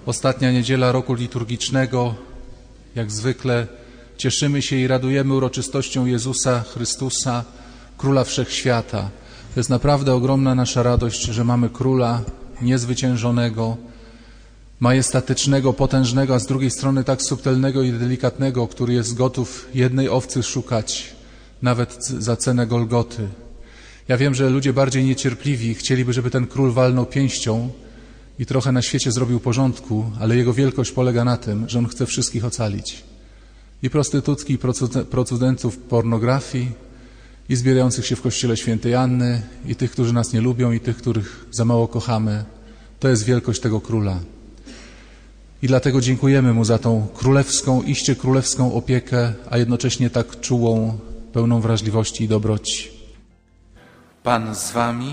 Ostatnia niedziela roku liturgicznego. Jak zwykle cieszymy się i radujemy uroczystością Jezusa Chrystusa, Króla Wszechświata. To jest naprawdę ogromna nasza radość, że mamy Króla niezwyciężonego, majestatycznego, potężnego, a z drugiej strony tak subtelnego i delikatnego, który jest gotów jednej owcy szukać, nawet za cenę Golgoty. Ja wiem, że ludzie bardziej niecierpliwi chcieliby, żeby ten Król walnął pięścią i trochę na świecie zrobił porządku, ale jego wielkość polega na tym, że on chce wszystkich ocalić. I prostytutki, i procudentów pornografii, i zbierających się w kościele świętej Anny, i tych, którzy nas nie lubią, i tych, których za mało kochamy. To jest wielkość tego Króla. I dlatego dziękujemy Mu za tą królewską, iście królewską opiekę, a jednocześnie tak czułą, pełną wrażliwości i dobroci. Pan z wami.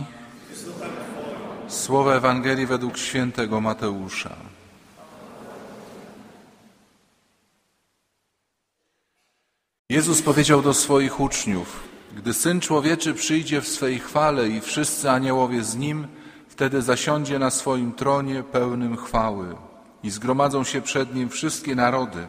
Słowa Ewangelii według świętego Mateusza. Jezus powiedział do swoich uczniów: gdy Syn Człowieczy przyjdzie w swej chwale i wszyscy aniołowie z Nim, wtedy zasiądzie na swoim tronie pełnym chwały i zgromadzą się przed Nim wszystkie narody,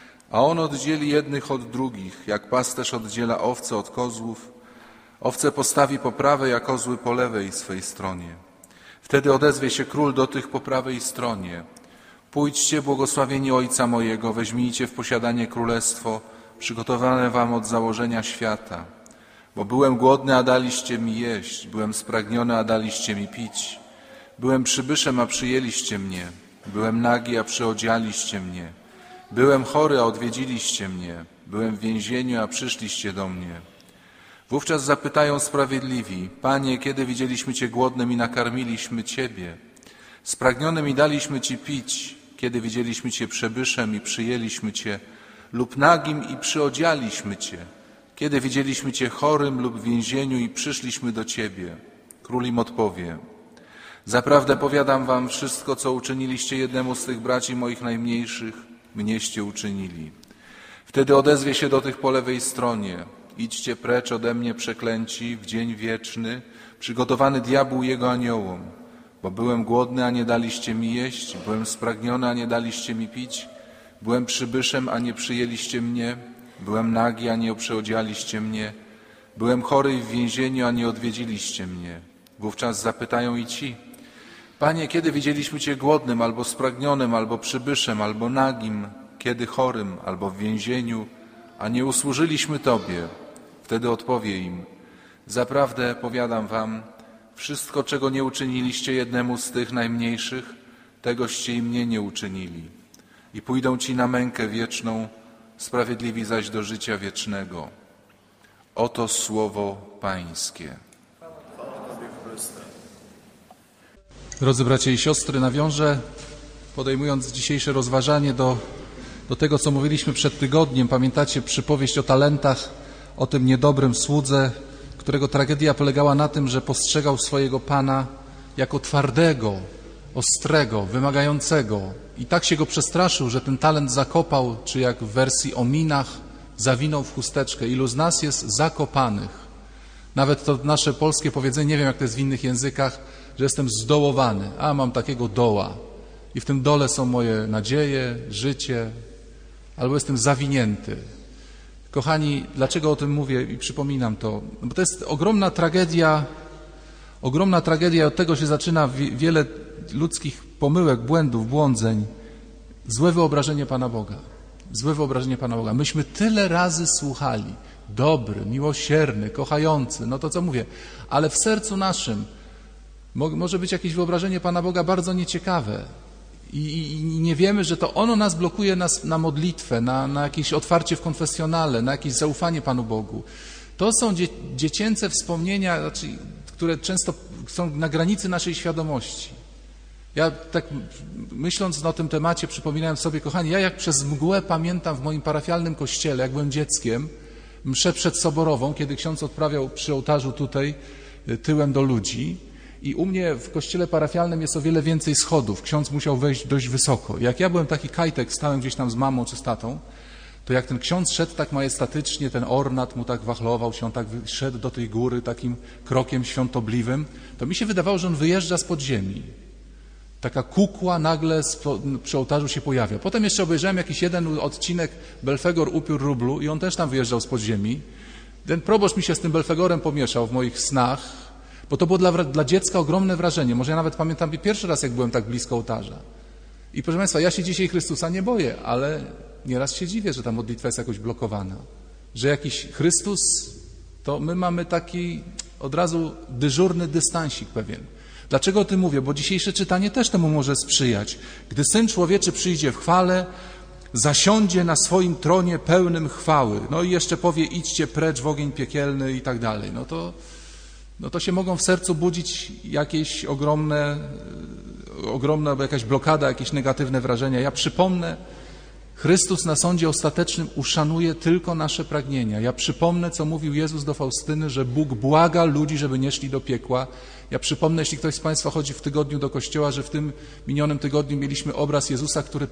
a On oddzieli jednych od drugich, jak pasterz oddziela owce od kozłów. Owce postawi po prawej, a kozły po lewej swej stronie. Wtedy odezwie się Król do tych po prawej stronie: pójdźcie, błogosławieni Ojca mojego, weźmijcie w posiadanie królestwo przygotowane wam od założenia świata. Bo byłem głodny, a daliście mi jeść, byłem spragniony, a daliście mi pić. Byłem przybyszem, a przyjęliście mnie, byłem nagi, a przyodzialiście mnie. Byłem chory, a odwiedziliście mnie, byłem w więzieniu, a przyszliście do mnie. Wówczas zapytają sprawiedliwi: Panie, kiedy widzieliśmy Cię głodnym i nakarmiliśmy Ciebie? Spragnionym i daliśmy Ci pić, kiedy widzieliśmy Cię przebyszem i przyjęliśmy Cię, lub nagim i przyodzialiśmy Cię, kiedy widzieliśmy Cię chorym lub w więzieniu i przyszliśmy do Ciebie? Król im odpowie: zaprawdę powiadam wam, wszystko, co uczyniliście jednemu z tych braci moich najmniejszych, mnieście uczynili. Wtedy odezwie się do tych po lewej stronie: idźcie precz ode mnie, przeklęci, w dzień wieczny, przygotowany diabłu i jego aniołom. Bo byłem głodny, a nie daliście mi jeść, byłem spragniony, a nie daliście mi pić, byłem przybyszem, a nie przyjęliście mnie, byłem nagi, a nie przyodzialiście mnie, byłem chory i w więzieniu, a nie odwiedziliście mnie. Wówczas zapytają i ci: Panie, kiedy widzieliśmy Cię głodnym, albo spragnionym, albo przybyszem, albo nagim, kiedy chorym, albo w więzieniu, a nie usłużyliśmy Tobie? Wtedy odpowie im: zaprawdę powiadam wam, wszystko, czego nie uczyniliście jednemu z tych najmniejszych, tegoście i mnie nie uczynili. I pójdą ci na mękę wieczną, sprawiedliwi zaś do życia wiecznego. Oto słowo Pańskie. Drodzy bracia i siostry, nawiążę, podejmując dzisiejsze rozważanie do tego, co mówiliśmy przed tygodniem. Pamiętacie przypowieść o talentach, o tym niedobrym słudze, którego tragedia polegała na tym, że postrzegał swojego Pana jako twardego, ostrego, wymagającego. I tak się go przestraszył, że ten talent zakopał, czy jak w wersji o minach, zawinął w chusteczkę. Ilu z nas jest zakopanych? Nawet to nasze polskie powiedzenie, nie wiem jak to jest w innych językach, że jestem zdołowany, a mam takiego doła. I w tym dole są moje nadzieje, życie, albo jestem zawinięty. Kochani, dlaczego o tym mówię i przypominam to? No bo to jest ogromna tragedia, od tego się zaczyna wiele ludzkich pomyłek, błędów, błądzeń. Złe wyobrażenie Pana Boga. Złe wyobrażenie Pana Boga. Myśmy tyle razy słuchali: dobry, miłosierny, kochający, no to co mówię, ale w sercu naszym może być jakieś wyobrażenie Pana Boga bardzo nieciekawe. I nie wiemy, że to ono nas blokuje na modlitwę, na jakieś otwarcie w konfesjonale, na jakieś zaufanie Panu Bogu. To są dziecięce wspomnienia, które często są na granicy naszej świadomości. Ja tak myśląc o tym temacie przypominałem sobie, kochani, ja jak przez mgłę pamiętam w moim parafialnym kościele, jak byłem dzieckiem, mszę przedsoborową, kiedy ksiądz odprawiał przy ołtarzu tutaj tyłem do ludzi. I u mnie w kościele parafialnym jest o wiele więcej schodów. Ksiądz musiał wejść dość wysoko. Jak ja byłem taki kajtek, stałem gdzieś tam z mamą czy z tatą, to jak ten ksiądz szedł tak majestatycznie, ten ornat mu tak wachlował się, on tak szedł do tej góry takim krokiem świątobliwym, to mi się wydawało, że on wyjeżdża z podziemi. Taka kukła nagle przy ołtarzu się pojawia. Potem jeszcze obejrzałem jakiś jeden odcinek Belfegor upiór rublu i on też tam wyjeżdżał z podziemi. Ten proboszcz mi się z tym Belfegorem pomieszał w moich snach, bo to było dla dziecka ogromne wrażenie. Może ja nawet pamiętam pierwszy raz, jak byłem tak blisko ołtarza. I proszę Państwa, ja się dzisiaj Chrystusa nie boję, ale nieraz się dziwię, że ta modlitwa jest jakoś blokowana. Że jakiś Chrystus, to my mamy taki od razu dyżurny dystansik pewien. Dlaczego o tym mówię? Bo dzisiejsze czytanie też temu może sprzyjać. Gdy Syn Człowieczy przyjdzie w chwale, zasiądzie na swoim tronie pełnym chwały. No i jeszcze powie, idźcie precz w ogień piekielny i tak dalej. No to się mogą w sercu budzić jakieś ogromna jakaś blokada, jakieś negatywne wrażenia. Ja przypomnę, Chrystus na sądzie ostatecznym uszanuje tylko nasze pragnienia. Ja przypomnę, co mówił Jezus do Faustyny, że Bóg błaga ludzi, żeby nie szli do piekła. Ja przypomnę, jeśli ktoś z Państwa chodzi w tygodniu do kościoła, że w tym minionym tygodniu mieliśmy obraz Jezusa, który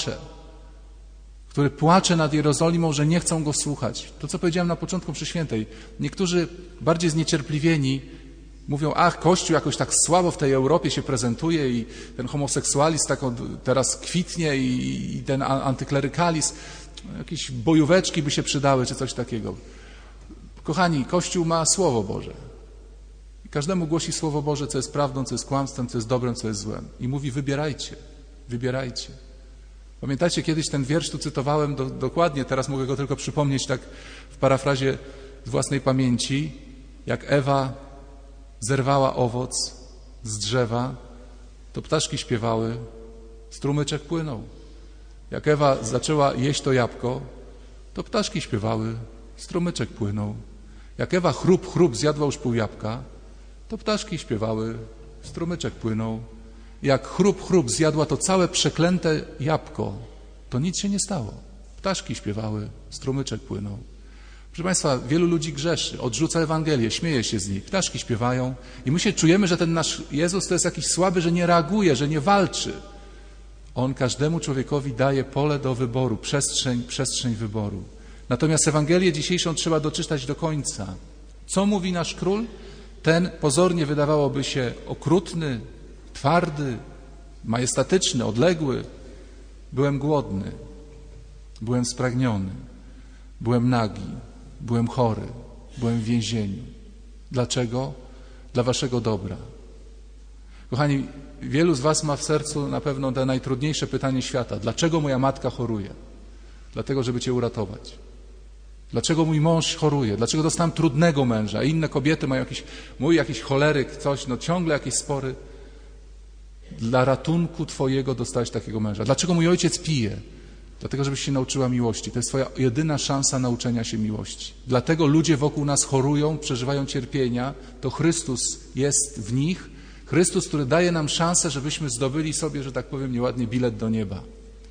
płacze nad Jerozolimą, że nie chcą Go słuchać. To, co powiedziałem na początku przy świętej. Niektórzy bardziej zniecierpliwieni mówią, Kościół jakoś tak słabo w tej Europie się prezentuje i ten homoseksualizm tak teraz kwitnie i ten antyklerykalizm, jakieś bojóweczki by się przydały, czy coś takiego. Kochani, Kościół ma Słowo Boże. I każdemu głosi Słowo Boże, co jest prawdą, co jest kłamstwem, co jest dobrem, co jest złem. I mówi, wybierajcie. Pamiętacie, kiedyś ten wiersz tu cytowałem dokładnie, teraz mogę go tylko przypomnieć tak w parafrazie z własnej pamięci, jak Ewa zerwała owoc z drzewa, to ptaszki śpiewały, strumyczek płynął. Jak Ewa zaczęła jeść to jabłko, to ptaszki śpiewały, strumyczek płynął. Jak Ewa chrup zjadła już pół jabłka, to ptaszki śpiewały, strumyczek płynął. Jak chrup zjadła to całe przeklęte jabłko, to nic się nie stało. Ptaszki śpiewały, strumyczek płynął. Proszę Państwa, wielu ludzi grzeszy, odrzuca Ewangelię, śmieje się z nich, ptaszki śpiewają i my się czujemy, że ten nasz Jezus to jest jakiś słaby, że nie reaguje, że nie walczy. On każdemu człowiekowi daje pole do wyboru, przestrzeń wyboru. Natomiast Ewangelię dzisiejszą trzeba doczytać do końca. Co mówi nasz król? Ten pozornie wydawałoby się okrutny, twardy, majestatyczny, odległy. Byłem głodny, byłem spragniony, byłem nagi, byłem chory, byłem w więzieniu. Dlaczego? Dla waszego dobra. Kochani, wielu z was ma w sercu na pewno te najtrudniejsze pytanie świata. Dlaczego moja matka choruje? Dlatego, żeby cię uratować. Dlaczego mój mąż choruje? Dlaczego dostałem trudnego męża? A inne kobiety mają jakiś choleryk, coś, ciągle jakieś spory. Dla ratunku twojego dostałeś takiego męża. Dlaczego mój ojciec pije? Dlatego, żebyś się nauczyła miłości. To jest twoja jedyna szansa nauczenia się miłości. Dlatego ludzie wokół nas chorują, przeżywają cierpienia. To Chrystus jest w nich. Chrystus, który daje nam szansę, żebyśmy zdobyli sobie, że tak powiem nieładnie, bilet do nieba.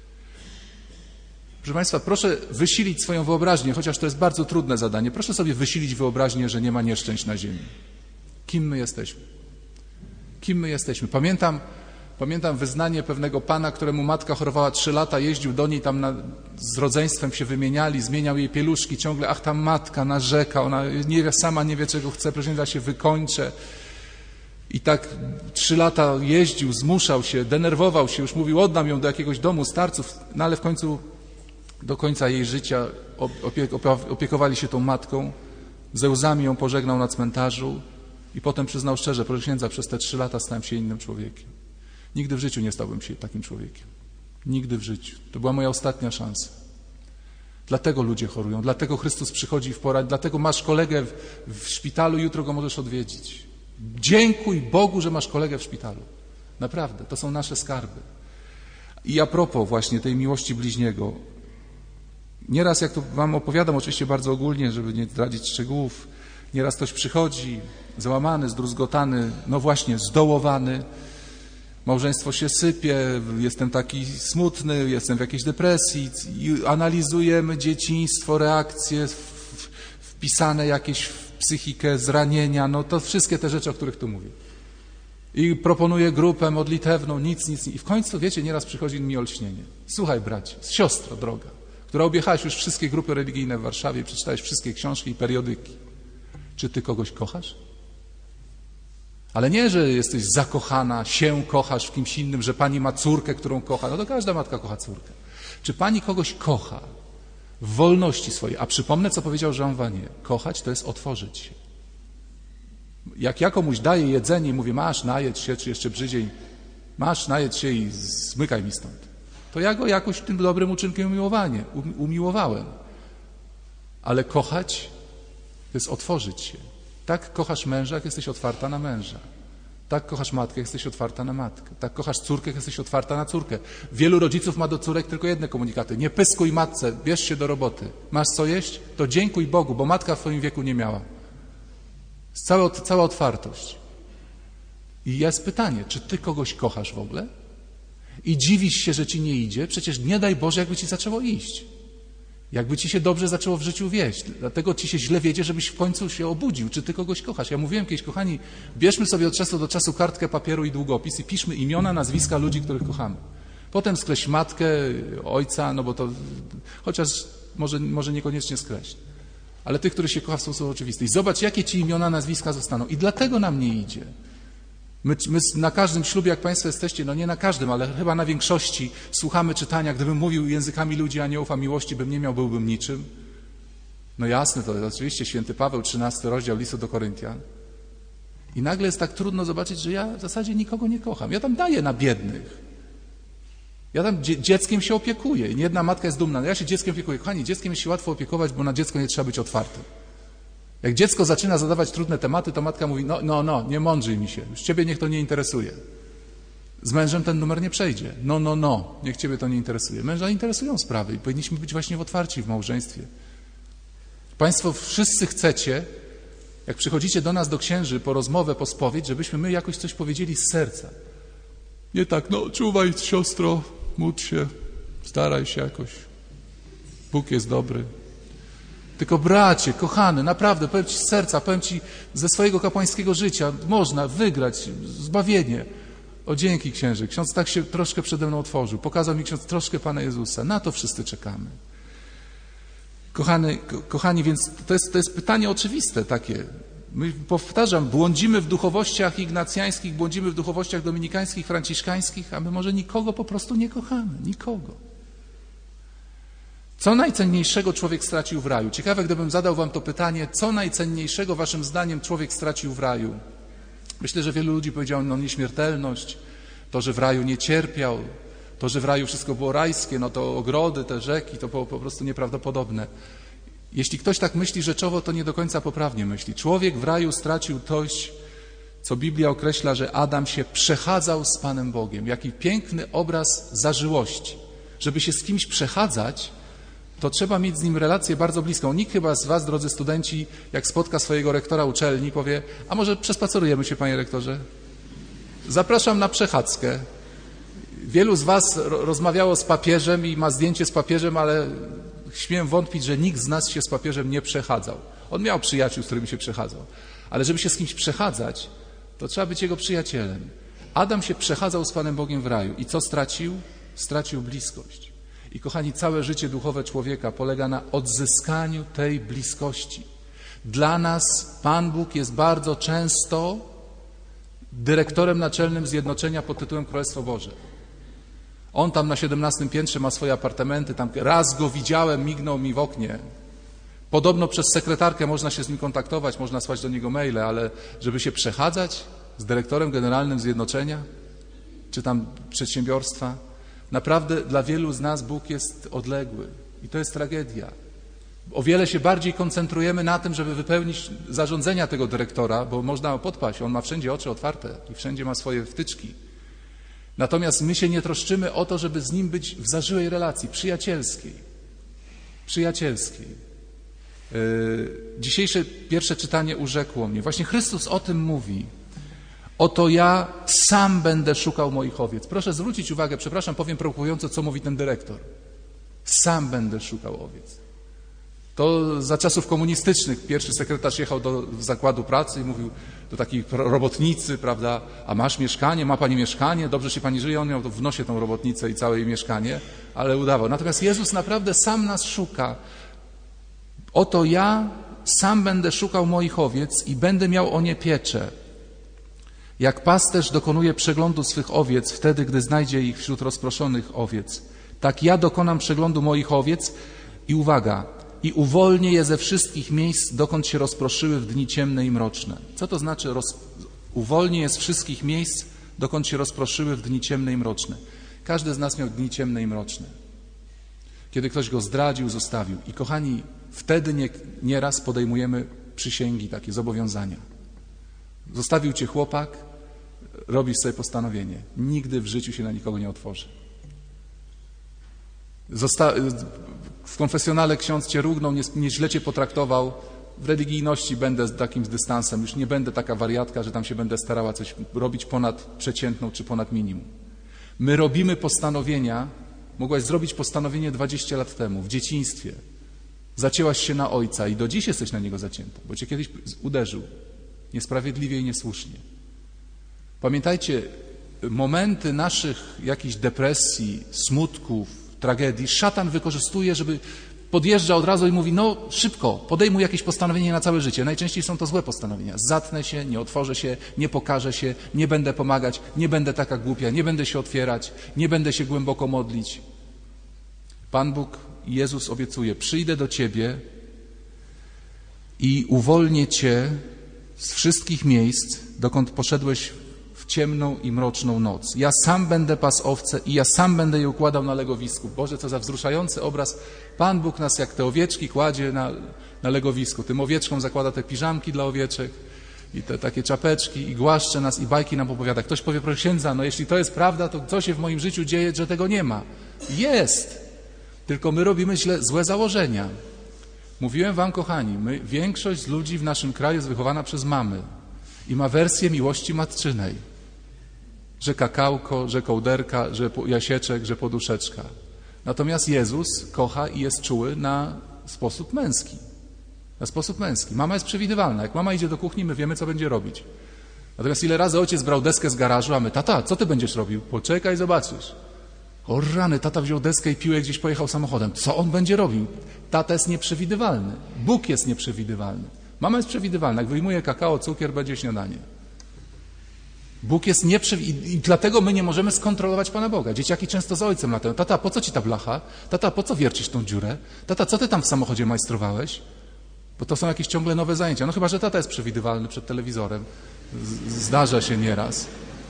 Proszę Państwa, proszę wysilić swoją wyobraźnię, chociaż to jest bardzo trudne zadanie. Proszę sobie wysilić wyobraźnię, że nie ma nieszczęść na ziemi. Kim my jesteśmy? Kim my jesteśmy? Pamiętam wyznanie pewnego pana, któremu matka chorowała 3 lata, jeździł do niej tam z rodzeństwem się wymieniali, zmieniał jej pieluszki, ciągle, ta matka narzeka, ona sama nie wie, czego chce, proszę, ja się wykończę. I tak 3 lata jeździł, zmuszał się, denerwował się, już mówił, oddam ją do jakiegoś domu starców, no ale w końcu do końca jej życia opiekowali się tą matką, ze łzami ją pożegnał na cmentarzu i potem przyznał szczerze, proszę księdza, przez te 3 lata stałem się innym człowiekiem. Nigdy w życiu nie stałbym się takim człowiekiem. Nigdy w życiu. To była moja ostatnia szansa. Dlatego ludzie chorują, dlatego Chrystus przychodzi w porę, dlatego masz kolegę w szpitalu, jutro go możesz odwiedzić. Dziękuj Bogu, że masz kolegę w szpitalu. Naprawdę, to są nasze skarby. I a propos właśnie tej miłości bliźniego, nieraz, jak to wam opowiadam, oczywiście bardzo ogólnie, żeby nie zdradzić szczegółów, nieraz ktoś przychodzi, załamany, zdruzgotany, no właśnie, zdołowany, małżeństwo się sypie, jestem taki smutny, jestem w jakiejś depresji i analizujemy dzieciństwo, reakcje wpisane jakieś w psychikę, zranienia, no to wszystkie te rzeczy, o których tu mówię. I proponuję grupę modlitewną, nic. I w końcu, wiecie, nieraz przychodzi mi olśnienie. Słuchaj, bracie, siostro droga, która objechałaś już wszystkie grupy religijne w Warszawie, przeczytałeś wszystkie książki i periodyki. Czy ty kogoś kochasz? Ale nie, że jesteś zakochana, się kochasz w kimś innym, że pani ma córkę, którą kocha. No to każda matka kocha córkę. Czy pani kogoś kocha w wolności swojej? A przypomnę, co powiedział Jean Vanier. Kochać to jest otworzyć się. Jak ja komuś daję jedzenie i mówię, masz, najedź się, czy jeszcze brzydziej, masz, najedź się i zmykaj mi stąd, to ja go jakoś tym dobrym uczynkiem umiłowałem. Ale kochać to jest otworzyć się. Tak kochasz męża, jak jesteś otwarta na męża. Tak kochasz matkę, jak jesteś otwarta na matkę. Tak kochasz córkę, jak jesteś otwarta na córkę. Wielu rodziców ma do córek tylko jedne komunikaty. Nie pyskuj matce, bierz się do roboty. Masz co jeść? To dziękuj Bogu, bo matka w twoim wieku nie miała. Cała otwartość. I jest pytanie, czy ty kogoś kochasz w ogóle? I dziwisz się, że ci nie idzie? Przecież nie daj Boże, jakby ci zaczęło iść. Jakby ci się dobrze zaczęło w życiu wieść. Dlatego ci się źle wiedzie, żebyś w końcu się obudził. Czy ty kogoś kochasz? Ja mówiłem kiedyś, kochani, bierzmy sobie od czasu do czasu kartkę papieru i długopis i piszmy imiona, nazwiska ludzi, których kochamy. Potem skreśl matkę, ojca, no bo to chociaż może niekoniecznie skreśl. Ale tych, których się kocha w sposób oczywisty. I zobacz, jakie ci imiona, nazwiska zostaną. I dlatego nam nie idzie. My na każdym ślubie, jak Państwo jesteście, no nie na każdym, ale chyba na większości słuchamy czytania, gdybym mówił językami ludzi aniołów, a miłości bym nie miał, byłbym niczym. No jasne, to jest oczywiście święty Paweł, 13 rozdział listu do Koryntian. I nagle jest tak trudno zobaczyć, że ja w zasadzie nikogo nie kocham. Ja tam daję na biednych. Ja tam dzieckiem się opiekuję. I jedna matka jest dumna. No ja się dzieckiem opiekuję. Kochani, dzieckiem jest się łatwo opiekować, bo na dziecko nie trzeba być otwartym. Jak dziecko zaczyna zadawać trudne tematy, to matka mówi, no, nie mądrzyj mi się, już ciebie niech to nie interesuje. Z mężem ten numer nie przejdzie. No, niech ciebie to nie interesuje. Męża interesują sprawy i powinniśmy być właśnie otwarci w małżeństwie. Państwo wszyscy chcecie, jak przychodzicie do nas, do księży, po rozmowę, po spowiedź, żebyśmy my jakoś coś powiedzieli z serca. Nie tak, czuwaj, siostro, módl się, staraj się jakoś. Bóg jest dobry. Tylko bracie, kochany, naprawdę, powiem Ci z serca, powiem Ci ze swojego kapłańskiego życia, można wygrać zbawienie. O, dzięki księży. Ksiądz tak się troszkę przede mną otworzył. Pokazał mi ksiądz troszkę Pana Jezusa. Na to wszyscy czekamy. Kochani, więc to jest pytanie oczywiste takie. My, powtarzam, błądzimy w duchowościach ignacjańskich, błądzimy w duchowościach dominikańskich, franciszkańskich, a my może nikogo po prostu nie kochamy. Nikogo. Co najcenniejszego człowiek stracił w raju? Ciekawe, gdybym zadał wam to pytanie, co najcenniejszego waszym zdaniem człowiek stracił w raju? Myślę, że wielu ludzi powiedziało, nieśmiertelność, to, że w raju nie cierpiał, to, że w raju wszystko było rajskie, to ogrody, te rzeki, to było po prostu nieprawdopodobne. Jeśli ktoś tak myśli rzeczowo, to nie do końca poprawnie myśli. Człowiek w raju stracił coś, co Biblia określa, że Adam się przechadzał z Panem Bogiem. Jaki piękny obraz zażyłości. Żeby się z kimś przechadzać, to trzeba mieć z nim relację bardzo bliską. Nikt chyba z was, drodzy studenci, jak spotka swojego rektora uczelni, powie, a może przespacerujemy się, panie rektorze? Zapraszam na przechadzkę. Wielu z was rozmawiało z papieżem i ma zdjęcie z papieżem, ale śmiem wątpić, że nikt z nas się z papieżem nie przechadzał. On miał przyjaciół, z którymi się przechadzał. Ale żeby się z kimś przechadzać, to trzeba być jego przyjacielem. Adam się przechadzał z Panem Bogiem w raju. I co stracił? Stracił bliskość. I kochani, całe życie duchowe człowieka polega na odzyskaniu tej bliskości. Dla nas Pan Bóg jest bardzo często dyrektorem naczelnym zjednoczenia pod tytułem Królestwo Boże. On tam na 17 piętrze ma swoje apartamenty, tam raz go widziałem, mignął mi w oknie. Podobno przez sekretarkę można się z nim kontaktować, można słać do niego maile, ale żeby się przechadzać z dyrektorem generalnym zjednoczenia, czy tam przedsiębiorstwa, naprawdę dla wielu z nas Bóg jest odległy i to jest tragedia. O wiele się bardziej koncentrujemy na tym, żeby wypełnić zarządzenia tego dyrektora, bo można podpaść, on ma wszędzie oczy otwarte i wszędzie ma swoje wtyczki. Natomiast my się nie troszczymy o to, żeby z nim być w zażyłej relacji, przyjacielskiej. Dzisiejsze pierwsze czytanie urzekło mnie. Właśnie Chrystus o tym mówi. Oto ja sam będę szukał moich owiec. Proszę zwrócić uwagę, przepraszam, powiem prowokująco, co mówi ten dyrektor. Sam będę szukał owiec. To za czasów komunistycznych pierwszy sekretarz jechał do zakładu pracy i mówił do takiej robotnicy, prawda, a masz mieszkanie, ma pani mieszkanie, dobrze się pani żyje, on miał w nosie tą robotnicę i całe jej mieszkanie, ale udawał. Natomiast Jezus naprawdę sam nas szuka. Oto ja sam będę szukał moich owiec i będę miał o nie pieczę. Jak pasterz dokonuje przeglądu swych owiec wtedy, gdy znajdzie ich wśród rozproszonych owiec, tak ja dokonam przeglądu moich owiec i uwaga, i uwolnię je ze wszystkich miejsc, dokąd się rozproszyły w dni ciemne i mroczne. Co to znaczy uwolnię je z wszystkich miejsc, dokąd się rozproszyły w dni ciemne i mroczne? Każdy z nas miał dni ciemne i mroczne. Kiedy ktoś go zdradził, zostawił. I kochani, wtedy nieraz podejmujemy przysięgi, takie zobowiązania. Zostawił cię chłopak, robisz sobie postanowienie. Nigdy w życiu się na nikogo nie otworzy. W konfesjonale ksiądz cię rógnął, źle cię potraktował. W religijności będę z takim dystansem. Już nie będę taka wariatka, że tam się będę starała coś robić ponad przeciętną czy ponad minimum. My robimy postanowienia. Mogłaś zrobić postanowienie 20 lat temu, w dzieciństwie. Zacięłaś się na ojca i do dziś jesteś na niego zacięta, bo cię kiedyś uderzył. Niesprawiedliwie i niesłusznie. Pamiętajcie, momenty naszych jakichś depresji, smutków, tragedii, szatan wykorzystuje, żeby podjeżdża od razu i mówi, no szybko, podejmuj jakieś postanowienie na całe życie. Najczęściej są to złe postanowienia. Zatnę się, nie otworzę się, nie pokażę się, nie będę pomagać, nie będę taka głupia, nie będę się otwierać, nie będę się głęboko modlić. Pan Bóg, Jezus obiecuje, przyjdę do ciebie i uwolnię cię z wszystkich miejsc, dokąd poszedłeś w ciemną i mroczną noc. Ja sam będę pasł owce i ja sam będę je układał na legowisku. Boże, co za wzruszający obraz. Pan Bóg nas jak te owieczki kładzie na legowisku. Tym owieczkom zakłada te piżamki dla owieczek i te takie czapeczki i głaszcze nas i bajki nam opowiada. Ktoś powie, proszę księdza, no jeśli to jest prawda, to co się w moim życiu dzieje, że tego nie ma? Jest! Tylko my robimy złe założenia. Mówiłem wam, kochani, większość z ludzi w naszym kraju jest wychowana przez mamy i ma wersję miłości matczynej, że kakałko, że kołderka, że jasieczek, że poduszeczka. Natomiast Jezus kocha i jest czuły na sposób męski. Na sposób męski. Mama jest przewidywalna. Jak mama idzie do kuchni, my wiemy, co będzie robić. Natomiast ile razy ojciec brał deskę z garażu, a my, tata, co ty będziesz robił? Poczekaj, zobaczysz. O rany, tata wziął deskę i piłę, gdzieś pojechał samochodem. Co on będzie robił? Tata jest nieprzewidywalny. Bóg jest nieprzewidywalny. Mama jest przewidywalna. Jak wyjmuje kakao, cukier, będzie śniadanie. Bóg jest nieprzewidywalny i dlatego my nie możemy skontrolować Pana Boga. Dzieciaki często z ojcem latają. Tata, po co ci ta blacha? Tata, po co wiercisz tą dziurę? Tata, co ty tam w samochodzie majstrowałeś? Bo to są jakieś ciągle nowe zajęcia. No chyba, że tata jest przewidywalny przed telewizorem. Zdarza się nieraz.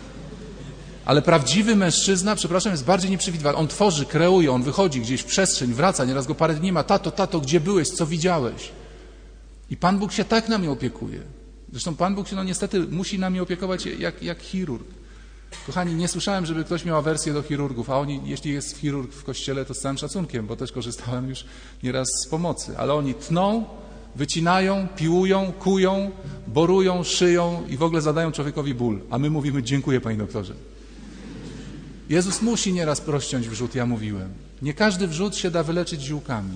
Ale prawdziwy mężczyzna, przepraszam, jest bardziej nieprzewidywalny. On tworzy, kreuje, on wychodzi gdzieś w przestrzeń, wraca, nieraz go parę dni nie ma. Tato, gdzie byłeś, co widziałeś? I Pan Bóg się tak nami opiekuje. Zresztą Pan Bóg się, niestety, musi nami opiekować jak chirurg. Kochani, nie słyszałem, żeby ktoś miał awersję do chirurgów, a oni, jeśli jest chirurg w kościele, to z całym szacunkiem, bo też korzystałem już nieraz z pomocy. Ale oni tną, wycinają, piłują, kują, borują, szyją i w ogóle zadają człowiekowi ból. A my mówimy, dziękuję, panie doktorze. Jezus musi nieraz rozciąć wrzód, ja mówiłem. Nie każdy wrzód się da wyleczyć ziółkami.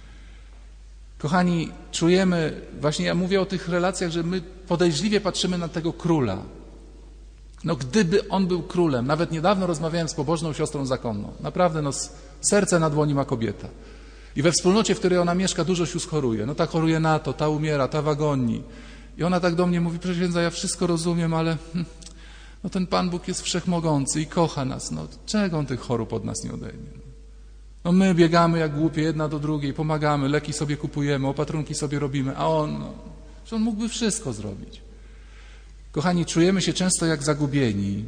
Kochani, czujemy, właśnie ja mówię o tych relacjach, że my podejrzliwie patrzymy na tego króla. No gdyby on był królem, nawet niedawno rozmawiałem z pobożną siostrą zakonną. Naprawdę, serce na dłoni ma kobieta. I we wspólnocie, w której ona mieszka, dużo sióstr choruje. No ta choruje na to, ta umiera, ta w agonii. I ona tak do mnie mówi, proszę księdza, ja wszystko rozumiem, ale no ten Pan Bóg jest wszechmogący i kocha nas. No czego on tych chorób od nas nie odejmie? No my biegamy jak głupie jedna do drugiej, pomagamy, leki sobie kupujemy, opatrunki sobie robimy, a on, że on mógłby wszystko zrobić. Kochani, czujemy się często jak zagubieni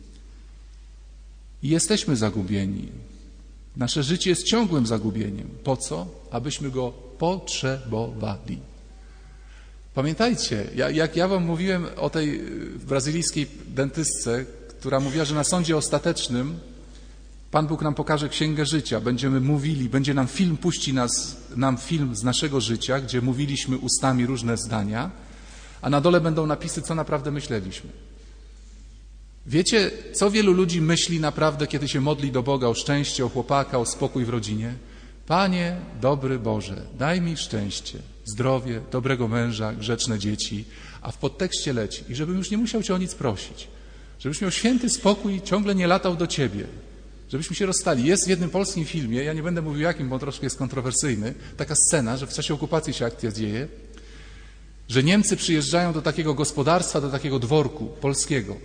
i jesteśmy zagubieni. Nasze życie jest ciągłym zagubieniem. Po co? Abyśmy go potrzebowali. Pamiętajcie, jak ja wam mówiłem o tej brazylijskiej dentystce, która mówiła, że na sądzie ostatecznym Pan Bóg nam pokaże księgę życia, będziemy mówili, będzie nam film, puści nam film z naszego życia, gdzie mówiliśmy ustami różne zdania, a na dole będą napisy, co naprawdę myśleliśmy. Wiecie, co wielu ludzi myśli naprawdę, kiedy się modli do Boga o szczęście, o chłopaka, o spokój w rodzinie? Panie, dobry Boże, daj mi szczęście, zdrowie, dobrego męża, grzeczne dzieci, a w podtekście leci i żebym już nie musiał Cię o nic prosić, żebyś miał święty spokój i ciągle nie latał do Ciebie, żebyśmy się rozstali. Jest w jednym polskim filmie, ja nie będę mówił jakim, bo on troszkę jest kontrowersyjny, taka scena, że w czasie okupacji się akcja dzieje, że Niemcy przyjeżdżają do takiego gospodarstwa, do takiego dworku polskiego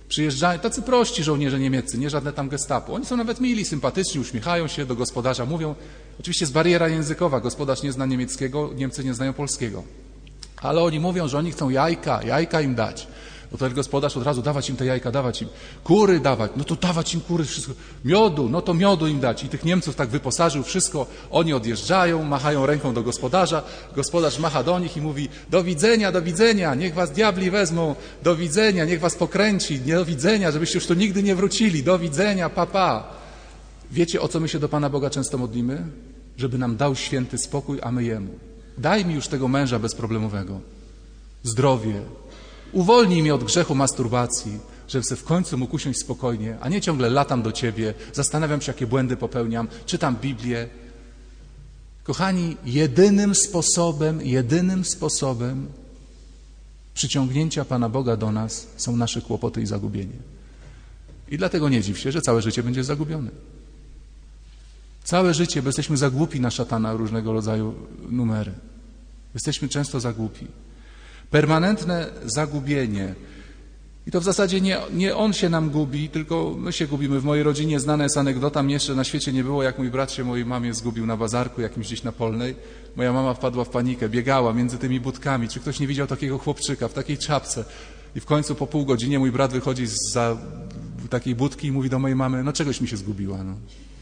Przyjeżdżają tacy prości żołnierze niemieccy, nie żadne tam gestapo. Oni są nawet mili, sympatyczni, uśmiechają się, do gospodarza mówią. Oczywiście jest bariera językowa, gospodarz nie zna niemieckiego, Niemcy nie znają polskiego. Ale oni mówią, że oni chcą jajka im dać. No to ten gospodarz od razu dawać im te jajka, dawać im kury dawać, no to dawać im kury, wszystko. Miodu, no to miodu im dać. I tych Niemców tak wyposażył, wszystko. Oni odjeżdżają, machają ręką do gospodarza. Gospodarz macha do nich i mówi: do widzenia, niech was diabli wezmą, do widzenia, niech was pokręci, do widzenia, żebyście już tu nigdy nie wrócili, do widzenia, pa. Wiecie, o co my się do Pana Boga często modlimy? Żeby nam dał święty spokój, a my Jemu. Daj mi już tego męża bezproblemowego, zdrowie, uwolnij mnie od grzechu masturbacji, żebym sobie w końcu mógł usiąść spokojnie, a nie ciągle latam do Ciebie, zastanawiam się, jakie błędy popełniam, czytam Biblię. Kochani, jedynym sposobem przyciągnięcia Pana Boga do nas są nasze kłopoty i zagubienie. I dlatego nie dziw się, że całe życie będzie zagubione. Całe życie, bo jesteśmy za głupi na szatana różnego rodzaju numery. Jesteśmy często za głupi. Permanentne zagubienie. I to w zasadzie nie on się nam gubi, tylko my się gubimy. W mojej rodzinie znana jest anegdota, mnie jeszcze na świecie nie było, jak mój brat się mojej mamie zgubił na bazarku jakimś gdzieś na Polnej. Moja mama wpadła w panikę, biegała między tymi budkami. Czy ktoś nie widział takiego chłopczyka w takiej czapce? I w końcu po pół godzinie mój brat wychodzi zza takiej budki i mówi do mojej mamy: no czegoś mi się zgubiła. No.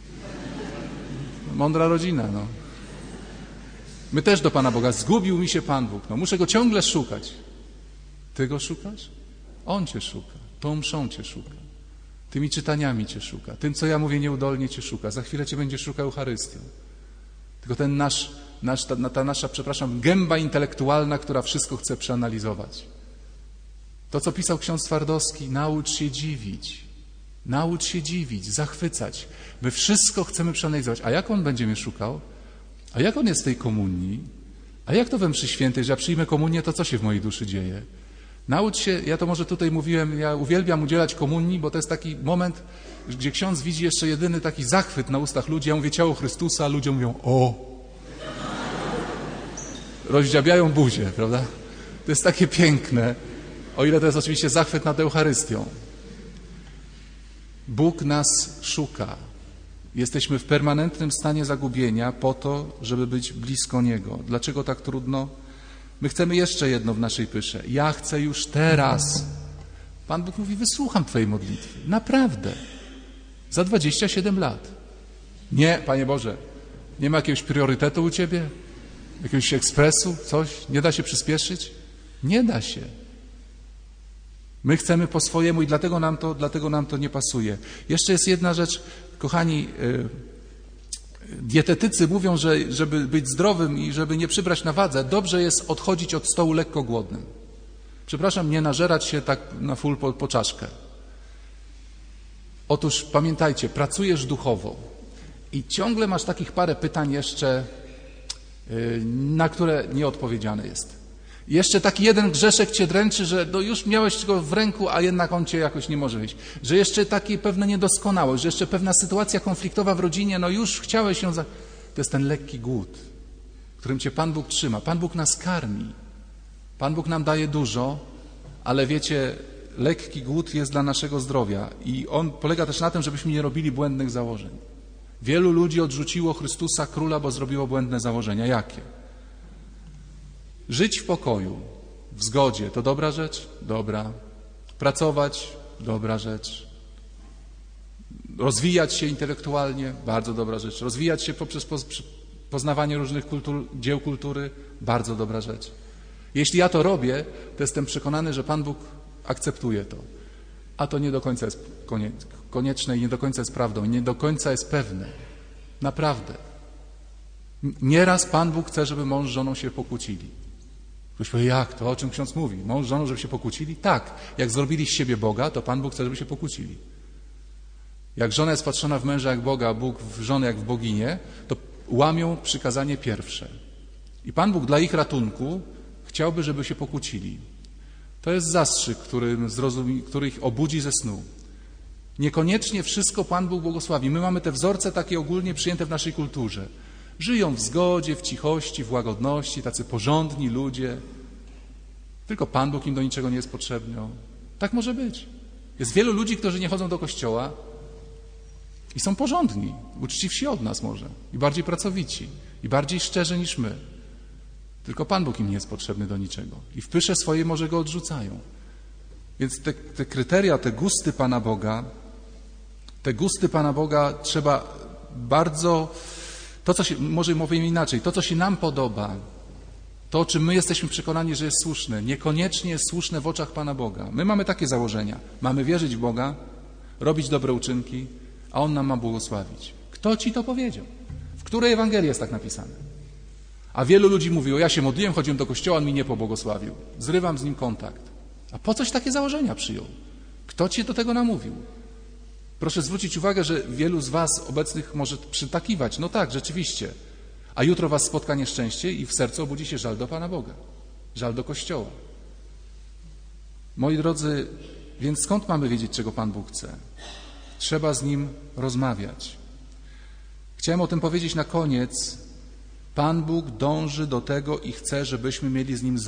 Mądra rodzina, no. My też do Pana Boga: zgubił mi się Pan Bóg, no muszę Go ciągle szukać. Ty Go szukasz? On Cię szuka, tą mszą Cię szuka, tymi czytaniami Cię szuka, tym, co ja mówię nieudolnie Cię szuka. Za chwilę Cię będzie szukał Eucharystią. Tylko ta nasza, gęba intelektualna, która wszystko chce przeanalizować. To, co pisał ksiądz Twardowski: naucz się dziwić, zachwycać. My wszystko chcemy przeanalizować. A jak On będzie mnie szukał? A jak On jest w tej komunii? A jak to we mszy świętej, że ja przyjmę komunię, to co się w mojej duszy dzieje? Naucz się, ja to może tutaj mówiłem, ja uwielbiam udzielać komunii, bo to jest taki moment, gdzie ksiądz widzi jeszcze jedyny taki zachwyt na ustach ludzi. Ja mówię: ciało Chrystusa, a ludzie mówią: o! Rozdziabiają buzię, prawda? To jest takie piękne, o ile to jest oczywiście zachwyt nad Eucharystią. Bóg nas szuka. Jesteśmy w permanentnym stanie zagubienia po to, żeby być blisko Niego. Dlaczego tak trudno? My chcemy jeszcze jedno w naszej pysze. Ja chcę już teraz. Pan Bóg mówi: wysłucham Twojej modlitwy. Naprawdę. Za 27 lat. Nie, Panie Boże, nie ma jakiegoś priorytetu u Ciebie? Jakiegoś ekspresu? Coś? Nie da się przyspieszyć? Nie da się. My chcemy po swojemu i dlatego nam to nie pasuje. Jeszcze jest jedna rzecz, kochani, dietetycy mówią, że żeby być zdrowym i żeby nie przybrać na wadze, dobrze jest odchodzić od stołu lekko głodnym. Przepraszam, nie nażerać się tak na full po czaszkę. Otóż pamiętajcie, pracujesz duchowo i ciągle masz takich parę pytań jeszcze, na które nieodpowiedziane jest. Jeszcze taki jeden grzeszek Cię dręczy, że już miałeś go w ręku, a jednak on Cię jakoś nie może wyjść. Że jeszcze takie pewne niedoskonałość, że jeszcze pewna sytuacja konfliktowa w rodzinie, już chciałeś ją... To jest ten lekki głód, którym Cię Pan Bóg trzyma. Pan Bóg nas karmi. Pan Bóg nam daje dużo, ale wiecie, lekki głód jest dla naszego zdrowia i on polega też na tym, żebyśmy nie robili błędnych założeń. Wielu ludzi odrzuciło Chrystusa Króla, bo zrobiło błędne założenia. Jakie? Żyć w pokoju, w zgodzie, to dobra rzecz? Dobra. Pracować? Dobra rzecz. Rozwijać się intelektualnie? Bardzo dobra rzecz. Rozwijać się poprzez poznawanie różnych dzieł kultury? Bardzo dobra rzecz. Jeśli ja to robię, to jestem przekonany, że Pan Bóg akceptuje to. A to nie do końca jest konieczne i nie do końca jest prawdą, i nie do końca jest pewne. Naprawdę. Nieraz Pan Bóg chce, żeby mąż z żoną się pokłócili. Ktoś powie: jak to? O czym ksiądz mówi? Mąż z żoną, żeby się pokłócili? Tak. Jak zrobili z siebie Boga, to Pan Bóg chce, żeby się pokłócili. Jak żona jest patrzona w męża jak Boga, a Bóg w żonę jak w boginię, to łamią przykazanie pierwsze. I Pan Bóg dla ich ratunku chciałby, żeby się pokłócili. To jest zastrzyk, który ich obudzi ze snu. Niekoniecznie wszystko Pan Bóg błogosławi. My mamy te wzorce takie ogólnie przyjęte w naszej kulturze. Żyją w zgodzie, w cichości, w łagodności, tacy porządni ludzie. Tylko Pan Bóg im do niczego nie jest potrzebny. Tak może być. Jest wielu ludzi, którzy nie chodzą do kościoła i są porządni, uczciwsi od nas może, i bardziej pracowici, i bardziej szczerzy niż my. Tylko Pan Bóg im nie jest potrzebny do niczego. I w pysze swojej może go odrzucają. Więc te kryteria, te gusty Pana Boga trzeba bardzo, może mówię inaczej, to co się nam podoba, to o czym my jesteśmy przekonani, że jest słuszne, niekoniecznie jest słuszne w oczach Pana Boga. My mamy takie założenia. Mamy wierzyć w Boga, robić dobre uczynki, a On nam ma błogosławić. Kto ci to powiedział? W której Ewangelii jest tak napisane? A wielu ludzi mówiło, ja się modliłem, chodziłem do kościoła, on mi nie pobłogosławił. Zrywam z nim kontakt. A po coś takie założenia przyjął? Kto cię do tego namówił? Proszę zwrócić uwagę, że wielu z was obecnych może przytakiwać. No tak, rzeczywiście. A jutro was spotka nieszczęście i w sercu obudzi się żal do Pana Boga. Żal do Kościoła. Moi drodzy, więc skąd mamy wiedzieć, czego Pan Bóg chce? Trzeba z Nim rozmawiać. Chciałem o tym powiedzieć na koniec. Pan Bóg dąży do tego i chce, żebyśmy mieli z Nim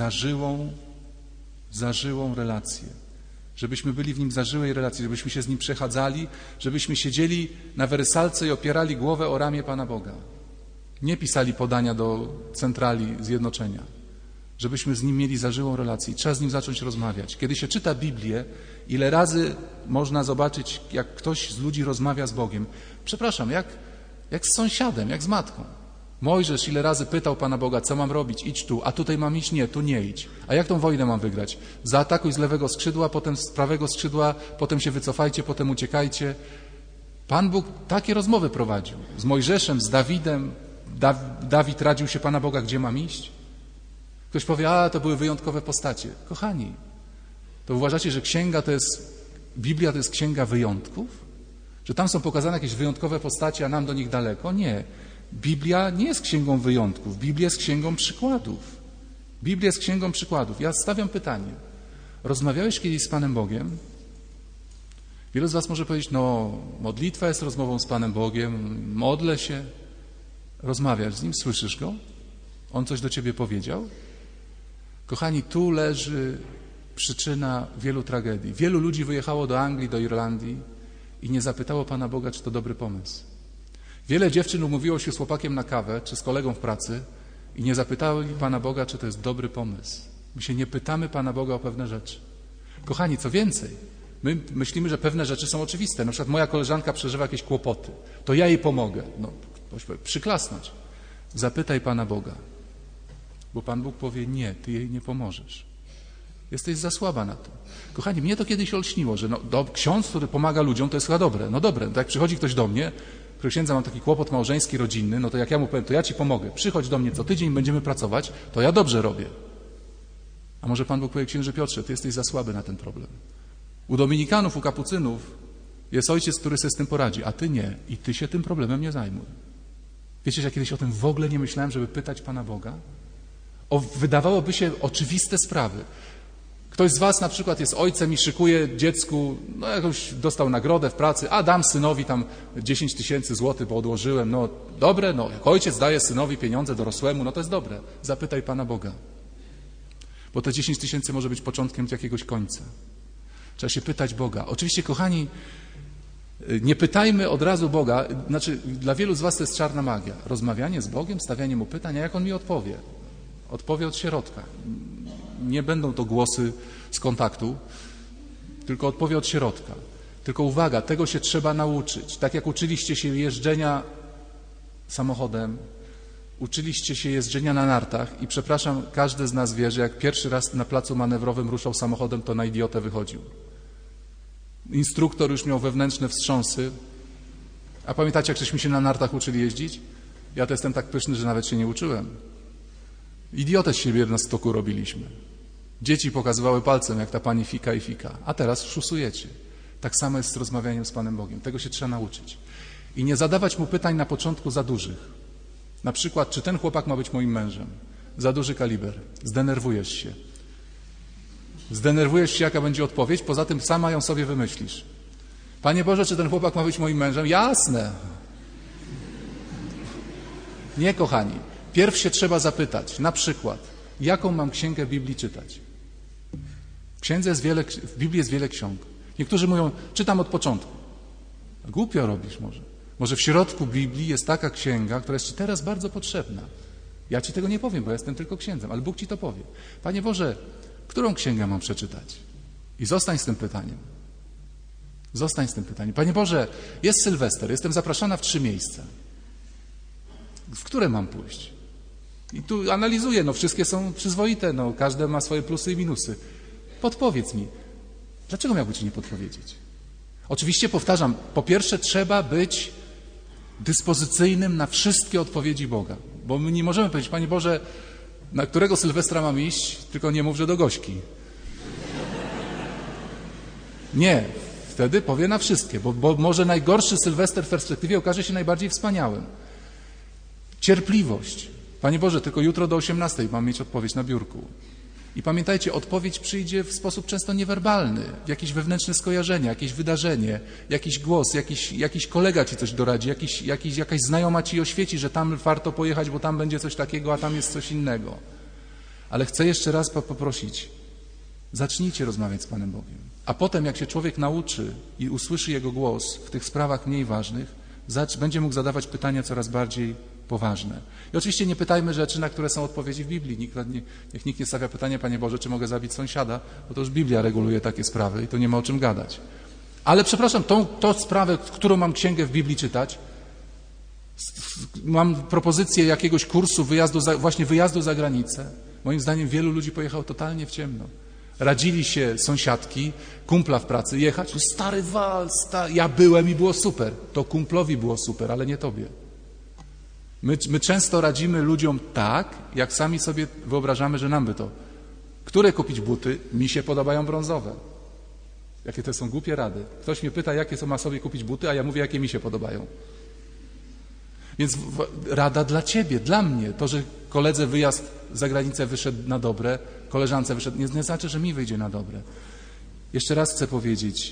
zażyłą relację. Żebyśmy byli w Nim zażyłej relacji, żebyśmy się z Nim przechadzali, żebyśmy siedzieli na wersalce i opierali głowę o ramię Pana Boga. Nie pisali podania do centrali zjednoczenia. Żebyśmy z Nim mieli zażyłą relację. Trzeba z Nim zacząć rozmawiać. Kiedy się czyta Biblię, ile razy można zobaczyć, jak ktoś z ludzi rozmawia z Bogiem. Przepraszam, jak z sąsiadem, jak z matką. Mojżesz ile razy pytał Pana Boga, co mam robić, idź tu, a tutaj mam iść, nie, tu nie idź. A jak tą wojnę mam wygrać? Zaatakuj z lewego skrzydła, potem z prawego skrzydła, potem się wycofajcie, potem uciekajcie. Pan Bóg takie rozmowy prowadził. Z Mojżeszem, z Dawidem. Dawid radził się Pana Boga, gdzie mam iść? Ktoś powie, to były wyjątkowe postacie. Kochani, to uważacie, że Biblia to jest księga wyjątków? Że tam są pokazane jakieś wyjątkowe postacie, a nam do nich daleko? Nie. Biblia nie jest księgą wyjątków. Biblia jest księgą przykładów. Biblia jest księgą przykładów. Ja stawiam pytanie. Rozmawiałeś kiedyś z Panem Bogiem? Wielu z was może powiedzieć, modlitwa jest rozmową z Panem Bogiem, modlę się. Rozmawiasz z Nim, słyszysz Go? On coś do ciebie powiedział? Kochani, tu leży przyczyna wielu tragedii. Wielu ludzi wyjechało do Anglii, do Irlandii i nie zapytało Pana Boga, czy to dobry pomysł. Wiele dziewczyn umówiło się z chłopakiem na kawę, czy z kolegą w pracy i nie zapytały Pana Boga, czy to jest dobry pomysł. My się nie pytamy Pana Boga o pewne rzeczy. Kochani, co więcej, my myślimy, że pewne rzeczy są oczywiste. Na przykład moja koleżanka przeżywa jakieś kłopoty. To ja jej pomogę. Ktoś powie, przyklasnąć. Zapytaj Pana Boga. Bo Pan Bóg powie, nie, ty jej nie pomożesz. Jesteś za słaba na to. Kochani, mnie to kiedyś olśniło, że ksiądz, który pomaga ludziom, to jest chyba dobre. No dobre, jak przychodzi ktoś do mnie, który księdza, mam taki kłopot małżeński, rodzinny, to jak ja mu powiem, to ja ci pomogę, przychodź do mnie co tydzień, będziemy pracować, to ja dobrze robię. A może Pan Bóg powie, księże Piotrze, ty jesteś za słaby na ten problem. U dominikanów, u kapucynów jest ojciec, który sobie z tym poradzi, a ty nie. I ty się tym problemem nie zajmuj. Wiecie, że ja kiedyś o tym w ogóle nie myślałem, żeby pytać Pana Boga? Wydawałoby się oczywiste sprawy. Ktoś z was na przykład jest ojcem i szykuje dziecku, jakąś dostał nagrodę w pracy, dam synowi tam 10 000 złotych, bo odłożyłem. Dobre, jak ojciec daje synowi pieniądze dorosłemu, to jest dobre. Zapytaj Pana Boga. Bo te 10 000 może być początkiem jakiegoś końca. Trzeba się pytać Boga. Oczywiście, kochani, nie pytajmy od razu Boga, dla wielu z was to jest czarna magia. Rozmawianie z Bogiem, stawianie Mu pytań, a jak On mi odpowie? Odpowie od środka. Nie będą to głosy z kontaktu, tylko odpowie od środka. Tylko uwaga, tego się trzeba nauczyć. Tak jak uczyliście się jeżdżenia samochodem, uczyliście się jeżdżenia na nartach i przepraszam, każdy z nas wie, że jak pierwszy raz na placu manewrowym ruszał samochodem, to na idiotę wychodził. Instruktor już miał wewnętrzne wstrząsy. A pamiętacie, jak żeśmy się na nartach uczyli jeździć? Ja to jestem tak pyszny, że nawet się nie uczyłem. Idiotę z siebie na stoku robiliśmy. Dzieci pokazywały palcem, jak ta pani fika i fika. A teraz szusujecie. Tak samo jest z rozmawianiem z Panem Bogiem. Tego się trzeba nauczyć. I nie zadawać Mu pytań na początku za dużych. Na przykład, czy ten chłopak ma być moim mężem? Za duży kaliber. Zdenerwujesz się. Zdenerwujesz się, jaka będzie odpowiedź, poza tym sama ją sobie wymyślisz. Panie Boże, czy ten chłopak ma być moim mężem? Jasne. Nie, kochani. Pierw się trzeba zapytać, na przykład, jaką mam księgę Biblii czytać? W Biblii jest wiele ksiąg. Niektórzy mówią, czytam od początku. Głupio robisz może. Może w środku Biblii jest taka księga, która jest Ci teraz bardzo potrzebna. Ja Ci tego nie powiem, bo ja jestem tylko księdzem, ale Bóg Ci to powie. Panie Boże, którą księgę mam przeczytać? I zostań z tym pytaniem. Zostań z tym pytaniem. Panie Boże, jest Sylwester, jestem zapraszana w 3 miejsca. W które mam pójść? I tu analizuję, wszystkie są przyzwoite, każde ma swoje plusy i minusy. Podpowiedz mi, dlaczego miałby Ci nie podpowiedzieć? Oczywiście powtarzam, po pierwsze trzeba być dyspozycyjnym na wszystkie odpowiedzi Boga, bo my nie możemy powiedzieć, Panie Boże, na którego Sylwestra mam iść, tylko nie mów, że do Gośki. Nie, wtedy powie na wszystkie, bo może najgorszy Sylwester w perspektywie okaże się najbardziej wspaniałym. Cierpliwość. Panie Boże, tylko jutro do 18 mam mieć odpowiedź na biurku. I pamiętajcie, odpowiedź przyjdzie w sposób często niewerbalny, jakieś wewnętrzne skojarzenie, jakieś wydarzenie, jakiś głos, jakiś kolega Ci coś doradzi, jakaś znajoma Ci oświeci, że tam warto pojechać, bo tam będzie coś takiego, a tam jest coś innego. Ale chcę jeszcze raz poprosić, zacznijcie rozmawiać z Panem Bogiem. A potem, jak się człowiek nauczy i usłyszy Jego głos w tych sprawach mniej ważnych, będzie mógł zadawać pytania coraz bardziej poważne. I oczywiście nie pytajmy rzeczy, na które są odpowiedzi w Biblii. Niech nikt nie stawia pytania, Panie Boże, czy mogę zabić sąsiada, bo to już Biblia reguluje takie sprawy i to nie ma o czym gadać. Ale przepraszam, tą sprawę, którą mam księgę w Biblii czytać, mam propozycję jakiegoś kursu, wyjazdu za granicę. Moim zdaniem wielu ludzi pojechało totalnie w ciemno. Radzili się sąsiadki, kumpla w pracy, jechać, stary wal, ja byłem i było super. To kumplowi było super, ale nie tobie. My często radzimy ludziom tak, jak sami sobie wyobrażamy, że nam by to. Które kupić buty? Mi się podobają brązowe. Jakie to są głupie rady. Ktoś mnie pyta, jakie ma sobie kupić buty, a ja mówię, jakie mi się podobają. Więc rada dla ciebie, dla mnie. To, że koledze wyjazd za granicę wyszedł na dobre, koleżance wyszedł, nie znaczy, że mi wyjdzie na dobre. Jeszcze raz chcę powiedzieć.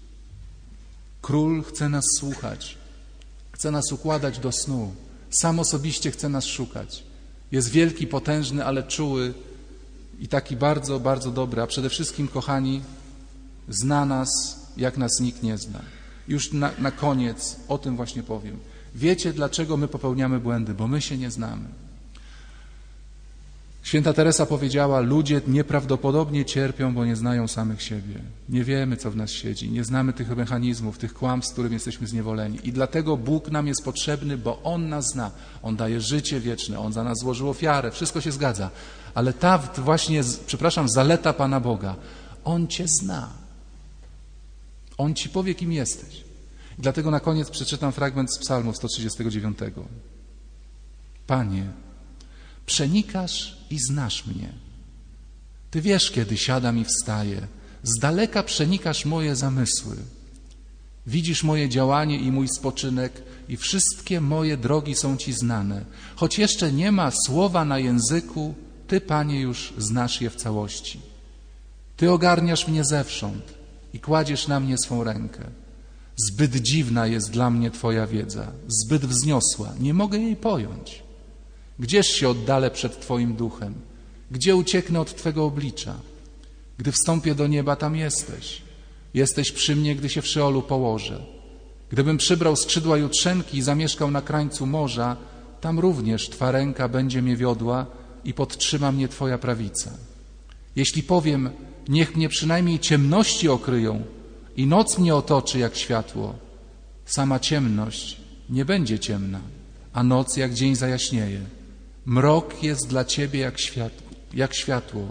Król chce nas słuchać. Chce nas układać do snu. Sam osobiście chce nas szukać. Jest wielki, potężny, ale czuły i taki bardzo, bardzo dobry. A przede wszystkim, kochani, zna nas, jak nas nikt nie zna. Już na koniec o tym właśnie powiem. Wiecie, dlaczego my popełniamy błędy? Bo my się nie znamy. Święta Teresa powiedziała, ludzie nieprawdopodobnie cierpią, bo nie znają samych siebie. Nie wiemy, co w nas siedzi. Nie znamy tych mechanizmów, tych kłamstw, którym jesteśmy zniewoleni. I dlatego Bóg nam jest potrzebny, bo On nas zna. On daje życie wieczne, On za nas złożył ofiarę. Wszystko się zgadza. Ale ta właśnie, zaleta Pana Boga. On Cię zna. On Ci powie, kim jesteś. I dlatego na koniec przeczytam fragment z Psalmu 139. Panie, przenikasz i znasz mnie. Ty wiesz, kiedy siadam i wstaję. Z daleka przenikasz moje zamysły. Widzisz moje działanie i mój spoczynek i wszystkie moje drogi są Ci znane. Choć jeszcze nie ma słowa na języku, Ty, Panie, już znasz je w całości. Ty ogarniasz mnie zewsząd i kładziesz na mnie swą rękę. Zbyt dziwna jest dla mnie Twoja wiedza, zbyt wzniosła, nie mogę jej pojąć. Gdzież się oddalę przed Twoim duchem? Gdzie ucieknę od Twego oblicza? Gdy wstąpię do nieba, tam jesteś. Jesteś przy mnie, gdy się w Szeolu położę. Gdybym przybrał skrzydła jutrzenki i zamieszkał na krańcu morza, tam również Twa ręka będzie mnie wiodła i podtrzyma mnie Twoja prawica. Jeśli powiem, niech mnie przynajmniej ciemności okryją i noc mnie otoczy jak światło, sama ciemność nie będzie ciemna, a noc jak dzień zajaśnieje. Mrok jest dla Ciebie jak światło.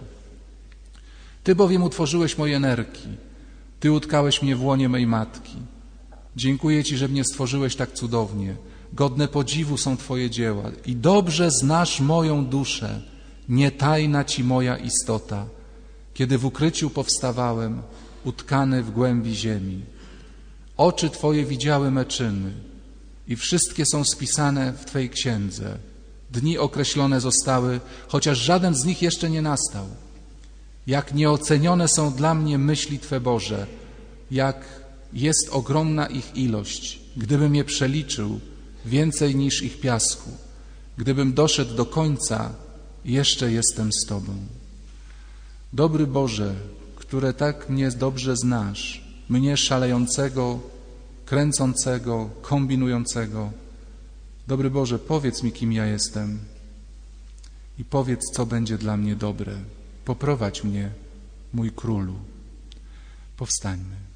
Ty bowiem utworzyłeś moje nerki. Ty utkałeś mnie w łonie mej matki. Dziękuję Ci, że mnie stworzyłeś tak cudownie. Godne podziwu są Twoje dzieła i dobrze znasz moją duszę. Nietajna Ci moja istota. Kiedy w ukryciu powstawałem, utkany w głębi ziemi. Oczy Twoje widziały me czyny i wszystkie są spisane w Twej księdze. Dni określone zostały, chociaż żaden z nich jeszcze nie nastał. Jak nieocenione są dla mnie myśli Twe, Boże, jak jest ogromna ich ilość. Gdybym je przeliczył, więcej niż ich piasku. Gdybym doszedł do końca, jeszcze jestem z Tobą. Dobry Boże, które tak mnie dobrze znasz, mnie szalejącego, kręcącego, kombinującego. Dobry Boże, powiedz mi, kim ja jestem i powiedz, co będzie dla mnie dobre. Poprowadź mnie, mój Królu. Powstańmy.